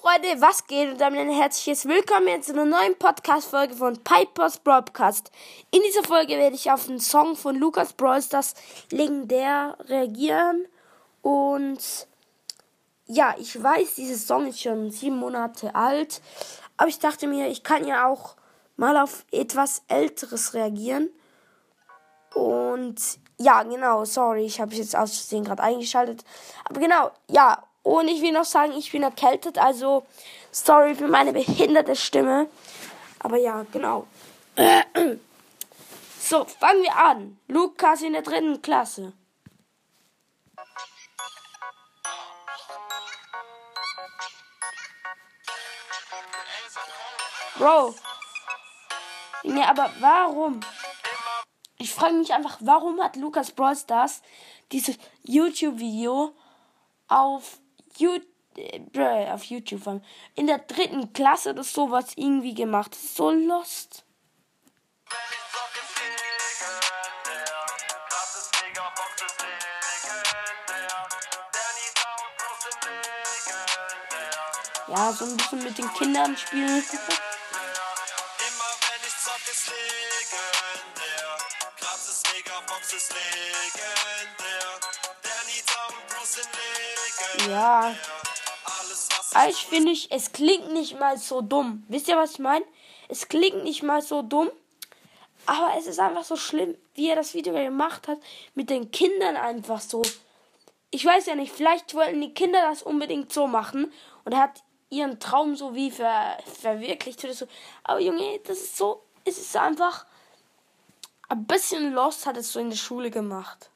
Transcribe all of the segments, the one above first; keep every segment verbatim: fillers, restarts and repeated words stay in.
Freunde, was geht? Und damit ein herzliches Willkommen zu einer neuen Podcast-Folge von Pipers Broadcast. In dieser Folge werde ich auf den Song von Lukas Brawl Stars legendär reagieren. Und ja, ich weiß, dieser Song ist schon sieben Monate alt. Aber ich dachte mir, ich kann ja auch mal auf etwas Älteres reagieren. Und ja, genau, sorry, ich habe es jetzt aus Versehen gerade eingeschaltet. Aber genau, ja. Und ich will noch sagen, ich bin erkältet, also sorry für meine behinderte Stimme. Aber ja, genau. So, fangen wir an. Lukas in der dritten Klasse. Bro. Ja, aber warum? Ich frage mich einfach, warum hat Lukas Brawl Stars dieses YouTube-Video auf YouTube, äh, auf YouTube in der dritten Klasse oder sowas irgendwie gemacht. Das ist so lost. Ja, so ein bisschen mit den Kindern spielen. Ja. Ich finde, ich, es klingt nicht mal so dumm. Wisst ihr, was ich meine? Es klingt nicht mal so dumm. Aber es ist einfach so schlimm, wie er das Video gemacht hat. Mit den Kindern einfach so. Ich weiß ja nicht, vielleicht wollten die Kinder das unbedingt so machen. Und er hat ihren Traum so wie ver, verwirklicht oder so. Aber Junge, das ist so, es ist einfach ein bisschen lost, hat es so in der Schule gemacht.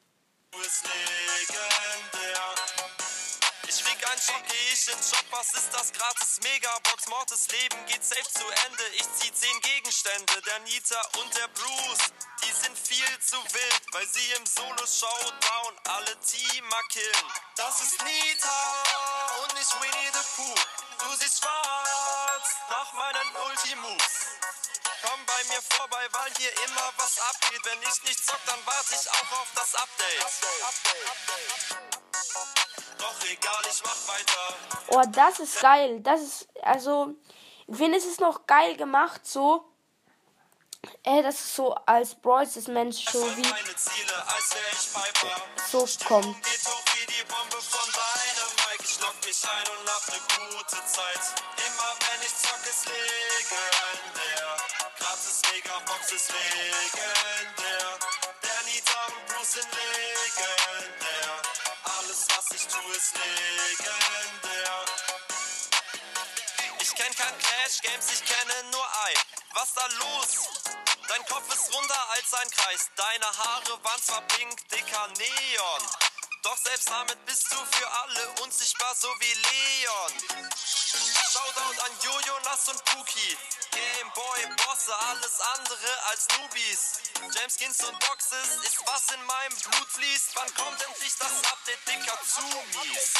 Job, was ist das? Gratis Megabox, Mortis Leben geht safe zu Ende. Ich zieh zehn Gegenstände, der Nita und der Bruce. Die sind viel zu wild, weil sie im Solo-Showdown alle Teamer killen. Das ist Nita und nicht Winnie the Pooh. Du siehst schwarz nach meinen Ulti-Moves. Komm bei mir vorbei, weil hier immer was abgeht. Wenn ich nicht zock, dann warte ich auch auf das Update. Update, Update, Update. Doch egal, ich mach weiter. Oh, das ist geil. Das ist, also, ich finde, es ist noch geil gemacht, so. Äh, das ist so als Brawl Stars Mensch so wie Ziele, als wär ich Piper. So kommt. Geht hoch wie die Bombe von Dynamite. Ich lock mich ein und hab ne gute Zeit. Immer wenn ich zock, ist legendär. Gratis Megabox ist legendär. Der Nita und Bruce sind legendär. Alles, was ich tue, ist legendär. Ich kenn kein Clash Games, ich kenne nur I. Was da los? Dein Kopf ist runder als ein Kreis. Deine Haare waren zwar pink, dicker Neon. Doch selbst damit bist du für alle unsichtbar, so wie Leon. Shoutout an Jojo, Nass und Puki. Gameboy, Bosse, alles andere als Newbies. James Skins und Boxes ist was in meinem Blut fließt. Wann kommt endlich das Update, dicker Zumis?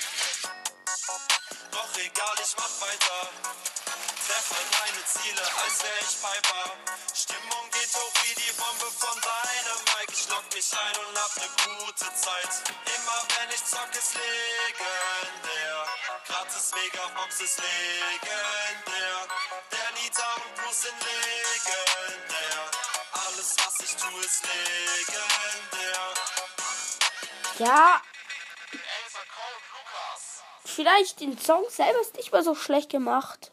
Doch egal, ich mach weiter. Treffe meine Ziele, als wär ich Piper. Stimmung geht hoch wie die Bombe von Dynamite. Ich lock mich ein und hab ne gute Zeit. Immer wenn ich zock, ist legendär. Gratis Megabox ist legendär. Der Nita und Bruce sind legendär. Alles, was ich tue, ist legendär. Ja. Vielleicht den Song selber ist nicht mal so schlecht gemacht.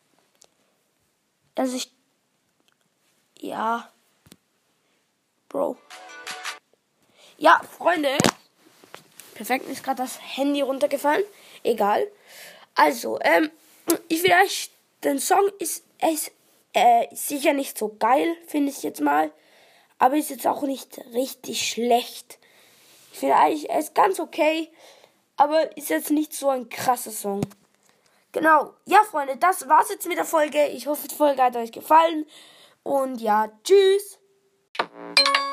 Also ich... Ja. Bro. Ja, Freunde. Perfekt, ist gerade das Handy runtergefallen. Egal. Also, ähm, ich vielleicht... Den Song ist, ist äh, sicher nicht so geil, finde ich jetzt mal. Aber ist jetzt auch nicht richtig schlecht. Ich finde eigentlich, er ist ganz okay. Aber ist jetzt nicht so ein krasser Song. Genau. Ja, Freunde, das war's jetzt mit der Folge. Ich hoffe, die Folge hat euch gefallen. Und ja, tschüss.